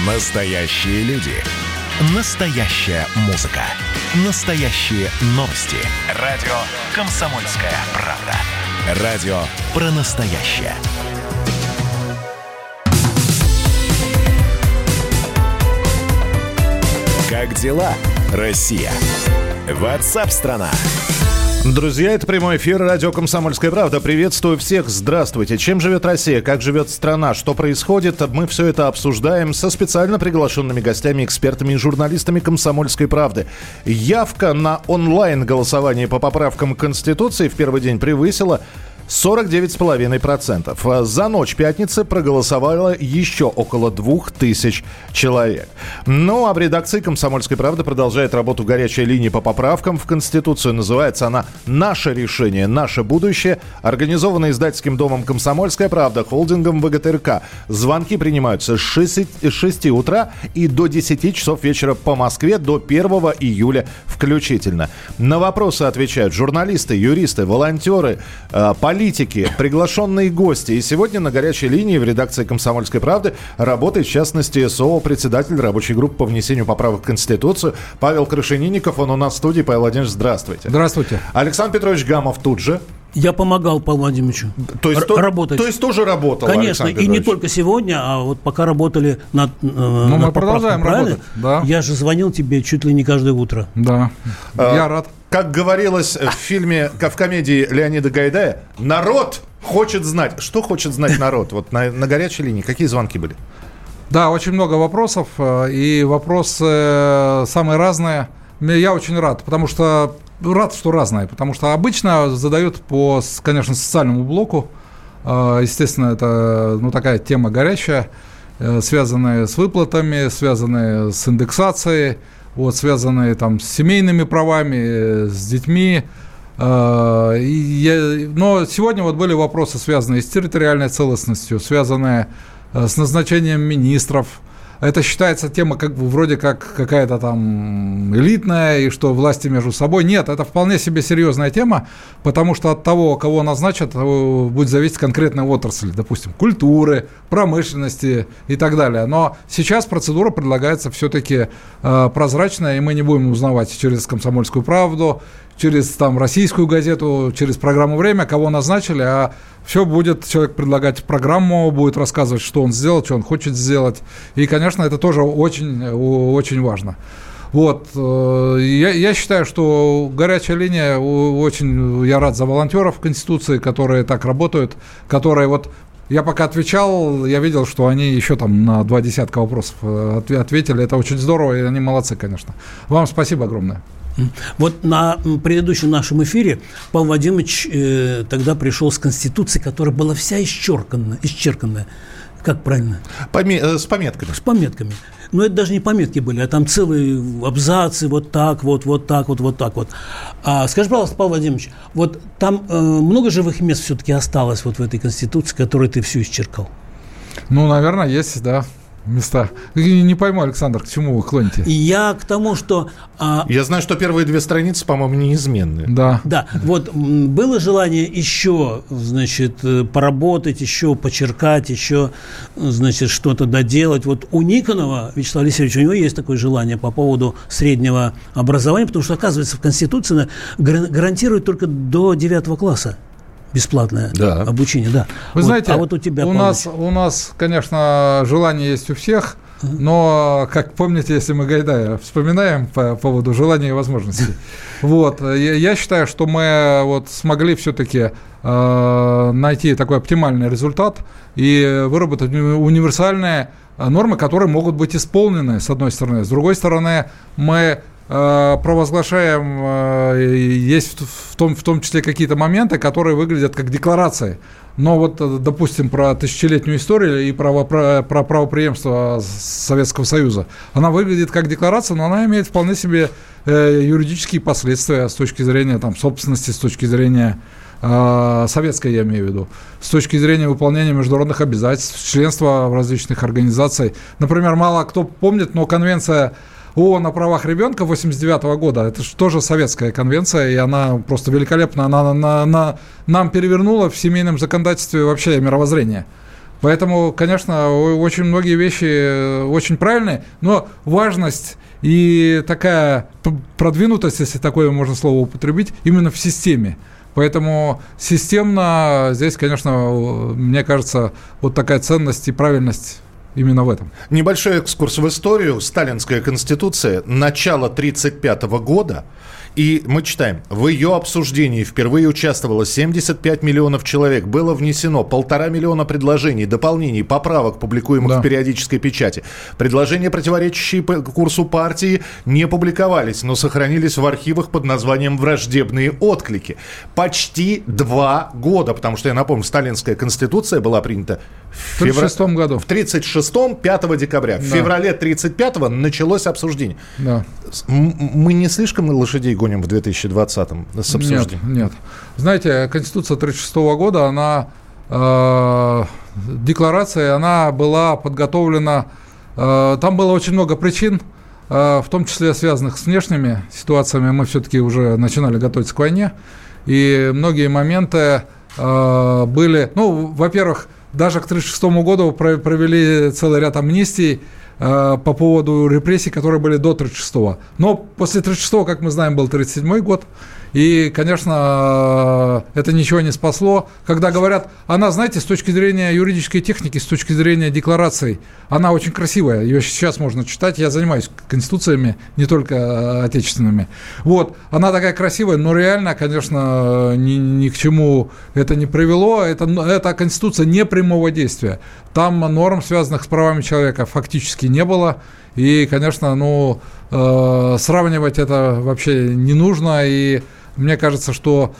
Настоящие люди. Настоящая музыка. Настоящие новости. Радио «Комсомольская правда». Радио про настоящее. Как дела, Россия? WhatsApp-страна. Друзья, это прямой эфир радио «Комсомольская правда». Приветствую всех. Здравствуйте. Чем живет Россия? Как живет страна? Что происходит? Мы все это обсуждаем со специально приглашенными гостями, экспертами и журналистами «Комсомольской правды». Явка на онлайн-голосование по поправкам к Конституции в первый день превысила 49,5%. За ночь пятницы проголосовало еще около 2000 человек. Ну, а в редакции «Комсомольской правды» продолжает работу горячая линия по поправкам в Конституцию. Называется она «Наше решение, наше будущее». Организована издательским домом «Комсомольская правда», холдингом ВГТРК. Звонки принимаются с 6 утра и до 10 часов вечера по Москве до 1 июля включительно. На вопросы отвечают журналисты, юристы, волонтеры, политики, приглашенные гости. И сегодня на горячей линии в редакции «Комсомольской правды» работает, в частности, председатель рабочей группы по внесению поправок в Конституцию Павел Крашенинников. Он у нас в студии. Павел Владимирович, здравствуйте. Здравствуйте. Александр Петрович Гамов тут же. Я помогал Павлу Владимировичу работать. То есть тоже работал, конечно, и не только сегодня, а вот пока работали над мы продолжаем работать. Да. Я же звонил тебе чуть ли не каждое утро. Да, я рад. Как говорилось в фильме, в комедии Леонида Гайдая, народ хочет знать. Что хочет знать народ? Вот на горячей линии какие звонки были? Да, очень много вопросов, и вопросы самые разные. Я очень рад, потому что разные, потому что обычно задают по, конечно, социальному блоку. Естественно, это такая тема горячая, связанная с выплатами, связанная с индексацией, связанные там с семейными правами, с детьми. Но сегодня были вопросы, связанные с территориальной целостностью, связанные с назначением министров. Это считается тема вроде как какая-то там элитная, и что власти между собой. Нет, это вполне себе серьезная тема, потому что от того, кого назначат, будет зависеть конкретная отрасль, допустим, культуры, промышленности и так далее. Но сейчас процедура предлагается все-таки прозрачная, и мы не будем узнавать через «Комсомольскую правду», через российскую газету, через программу «Время», кого назначили, а все будет человек предлагать программу, будет рассказывать, что он сделал, что он хочет сделать. И, конечно, это тоже очень, очень важно. Я считаю, что горячая линия, я рад за волонтеров Конституции, которые так работают, которые я пока отвечал, я видел, что они еще там на 20 вопросов ответили. Это очень здорово, и они молодцы, конечно. Вам спасибо огромное. На предыдущем нашем эфире Павел Владимирович тогда пришел с Конституцией, которая была вся исчерканная. Как правильно? С пометками. С пометками. Но это даже не пометки были, а там целые абзацы, вот так вот. Скажи, пожалуйста, Павел Владимирович, там много живых мест все-таки осталось в этой Конституции, которую ты всю исчеркал? Наверное, есть, да. Места. Не пойму, Александр, к чему вы клоните? Я к тому, что... Я знаю, что первые 2 страницы, по-моему, неизменные. Да. Было желание еще, поработать, еще почеркать, еще, что-то доделать. У Никонова, Вячеслава Алексеевича, у него есть такое желание по поводу среднего образования, потому что, оказывается, в Конституции гарантирует только до 9 класса. Бесплатное обучение, да. Вы знаете, у тебя у нас, конечно, желание есть у всех, но, как помните, если мы Гайдая вспоминаем по поводу желания и возможностей, я считаю, что мы смогли все-таки найти такой оптимальный результат и выработать универсальные нормы, которые могут быть исполнены, с одной стороны. С другой стороны, мы провозглашаем, есть в том числе какие-то моменты, которые выглядят как декларации. Но допустим, про тысячелетнюю историю и про правопреемство Советского Союза. Она выглядит как декларация, но она имеет вполне себе юридические последствия с точки зрения собственности, с точки зрения советской, я имею в виду, с точки зрения выполнения международных обязательств, членства в различных организациях. Например, мало кто помнит, но конвенция ООН о правах ребенка 1989 года, это же тоже советская конвенция, и она просто великолепна, она нам перевернула в семейном законодательстве вообще мировоззрение. Поэтому, конечно, очень многие вещи очень правильные, но важность и такая продвинутость, если такое можно слово употребить, именно в системе. Поэтому системно здесь, конечно, мне кажется, вот такая ценность и правильность именно в этом. Небольшой экскурс в историю. Сталинская конституция начала 1935 года. И мы читаем, в ее обсуждении впервые участвовало 75 миллионов человек. Было внесено 1,5 миллиона предложений, дополнений, поправок, публикуемых в периодической печати. Предложения, противоречащие курсу партии, не публиковались, но сохранились в архивах под названием «Враждебные отклики». Почти 2 года, потому что, я напомню, Сталинская конституция была принята в 1936 году. В 1936-м, 5 декабря. В феврале 1935-го началось обсуждение. Да. Мы не слишком лошадей гоним в 2020-м с обсуждением? Нет. Знаете, Конституция 1936 года, она, декларация, она была подготовлена, там было очень много причин, в том числе связанных с внешними ситуациями. Мы все-таки уже начинали готовиться к войне, и многие моменты были, во-первых, даже к 1936 году провели целый ряд амнистий по поводу репрессий, которые были до 1936-го. Но после 1936-го, как мы знаем, был 1937 год. И, конечно, это ничего не спасло. Когда говорят, она, знаете, с точки зрения юридической техники, с точки зрения деклараций, она очень красивая. Ее сейчас можно читать. Я занимаюсь конституциями, не только отечественными. Вот. Она такая красивая, но реально, конечно, ни к чему это не привело. Это конституция не прямого действия. Там норм, связанных с правами человека, фактически не было. И, конечно, сравнивать это вообще не нужно. И мне кажется, что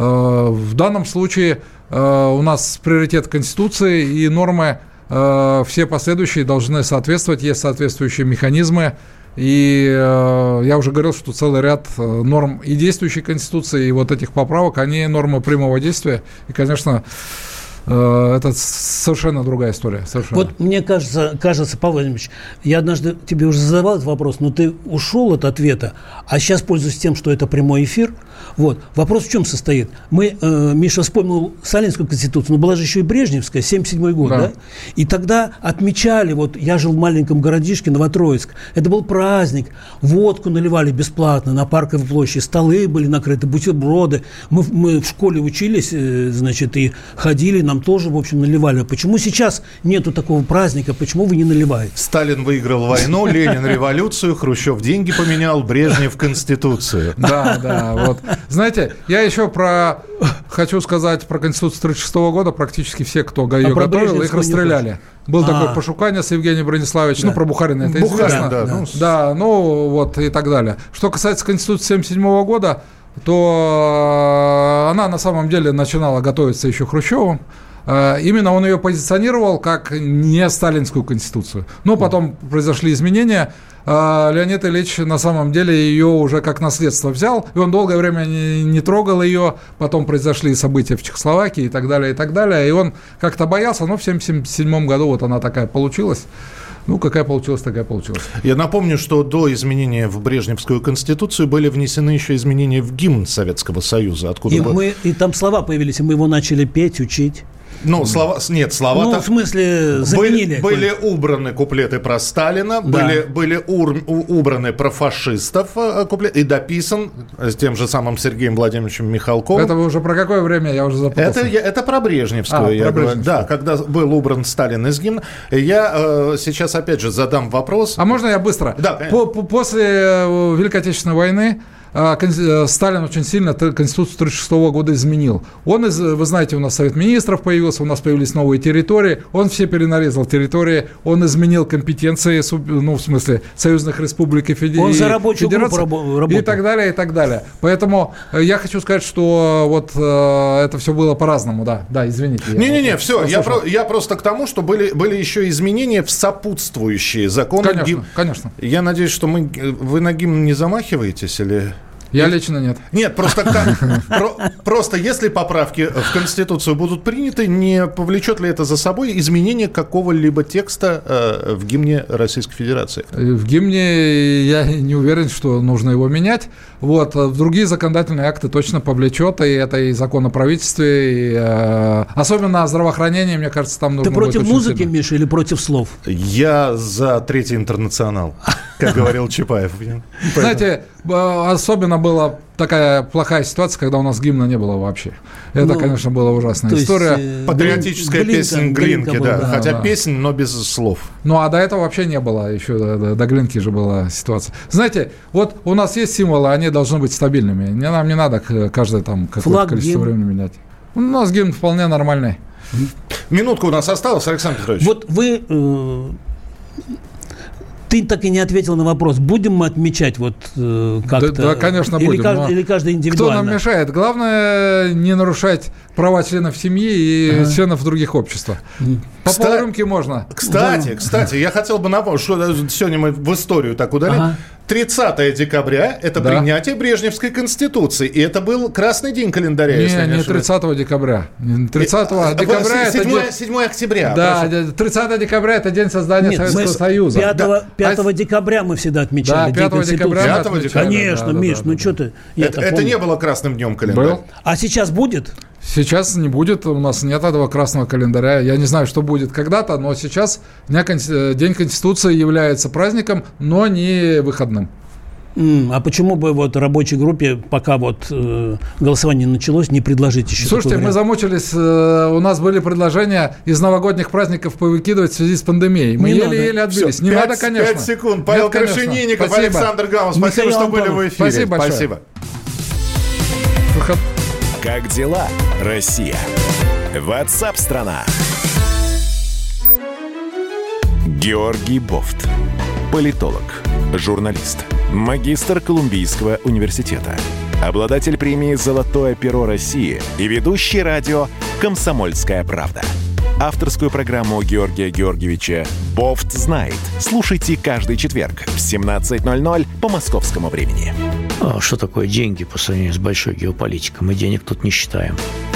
в данном случае у нас приоритет Конституции, и нормы все последующие должны соответствовать, есть соответствующие механизмы. И я уже говорил, что целый ряд норм и действующей Конституции, и вот этих поправок, они нормы прямого действия. И, конечно, это совершенно другая история. Совершенно. Вот мне кажется, Павел Владимирович, я однажды тебе уже задавал этот вопрос, но ты ушел от ответа, а сейчас пользуюсь тем, что это прямой эфир. Вот. Вопрос в чем состоит? Миша вспомнил Сталинскую конституцию, но была же еще и Брежневская, 1977 год, да? И тогда отмечали, я жил в маленьком городишке Новотроицк, это был праздник, водку наливали бесплатно на Парковой площади, столы были накрыты, бутерброды. Мы в школе учились, и ходили, нам тоже, в общем, наливали. Почему сейчас нету такого праздника? Почему вы не наливаете? Сталин выиграл войну, Ленин революцию, Хрущев деньги поменял, Брежнев конституцию. Да, вот. Знаете, я еще хочу сказать про Конституцию 1936 года. Практически все, кто ее готовил, их расстреляли. Был такой Пашуканец Евгений Брониславович, да. Про Бухарина это известно. Да, и так далее. Что касается Конституции 1977 года, то она на самом деле начинала готовиться еще Хрущевым. Именно он ее позиционировал как не сталинскую конституцию. Но потом произошли изменения. Леонид Ильич на самом деле ее уже как наследство взял, и он долгое время не трогал ее. Потом произошли события в Чехословакии и так далее, и так далее. И он как-то боялся, но в 1977 году она такая получилась. Какая получилась, такая получилась. Я напомню, что до изменения в Брежневскую конституцию были внесены еще изменения в гимн Советского Союза. И там слова появились, и мы его начали петь, учить. Слова в смысле, заменили. Были убраны куплеты про Сталина, да. были убраны про фашистов куплеты, и дописан с тем же самым Сергеем Владимировичем Михалковым. Это вы уже про какое время? Я уже запутался. Это про Брежневскую. Про Брежневскую. Да, когда был убран Сталин из гимна. Я сейчас опять же задам вопрос. А можно я быстро? Да, После Великой Отечественной войны Сталин очень сильно Конституцию 1936 года изменил. Вы знаете, у нас Совет Министров появился, у нас появились новые территории, он все перенарезал территории, он изменил компетенции, в смысле, союзных республик и федераций. Он за рабочую группу работал. И так далее, и так далее. Поэтому я хочу сказать, что это все было по-разному, да, извините. Не-не-не, все, я просто к тому, что были еще изменения в сопутствующие законы. Конечно. Я надеюсь, что вы на гимн не замахиваетесь или... Я лично нет. Нет, просто если поправки в Конституцию будут приняты, не повлечет ли это за собой изменение какого-либо текста в гимне Российской Федерации? В гимне я не уверен, что нужно его менять. Вот. В другие законодательные акты точно повлечет, и это и закон о правительстве, и, особенно о здравоохранении, мне кажется, там нужно. Ты против будет музыки, сильно. Миша, или против слов? Я за Третий интернационал, как говорил Чапаев. Знаете, особенно была такая плохая ситуация, когда у нас гимна не было вообще. Это, конечно, была ужасная история. Патриотическая песня Глинки, да. Хотя песня, но без слов. Ну, а до этого вообще не было. Еще до Глинки же была ситуация. Знаете, вот у нас есть символы, они должны быть стабильными. Нам не надо каждое там какое-то количество времени менять. У нас гимн вполне нормальный. Минутка у нас осталась, Александр Петрович. Вот ты так и не ответил на вопрос, будем мы отмечать вот как-то? Да, конечно, будем. Или каждый индивидуально? Кто нам мешает? Главное, не нарушать права членов семьи и членов других обществ. По полрюмки можно. Кстати, я хотел бы напомнить, что сегодня мы в историю так удалили. 30 декабря – это принятие Брежневской Конституции. И это был красный день календаря, если я не ошибаюсь. 30 декабря. 30 декабря – 7 октября. Да, 30 декабря – это день создания Советского Союза. 5 декабря мы всегда отмечали. Да, 5 декабря. Конечно, Миш, ну что ты. Это не было красным днем календаря. А сейчас будет? Сейчас не будет, у нас нет этого красного календаря. Я не знаю, что будет когда-то, но сейчас День Конституции является праздником, но не выходным. А почему бы вот рабочей группе, пока вот голосование началось, не предложить еще? Слушайте, мы замучились, у нас были предложения из новогодних праздников повыкидывать в связи с пандемией. Мы еле-еле отбились. Не надо, конечно. 5 секунд. Павел Крашенинников, Александр Гаус. Спасибо, что были в эфире. Спасибо большое. Как дела, Россия? WhatsApp-страна. Георгий Бофт. Политолог, журналист, магистр Колумбийского университета, обладатель премии «Золотое перо России» и ведущий радио «Комсомольская правда». Авторскую программу Георгия Георгиевича «Бофт знает». Слушайте каждый четверг в 17:00 по московскому времени. Что такое деньги по сравнению с большой геополитикой? Мы денег тут не считаем.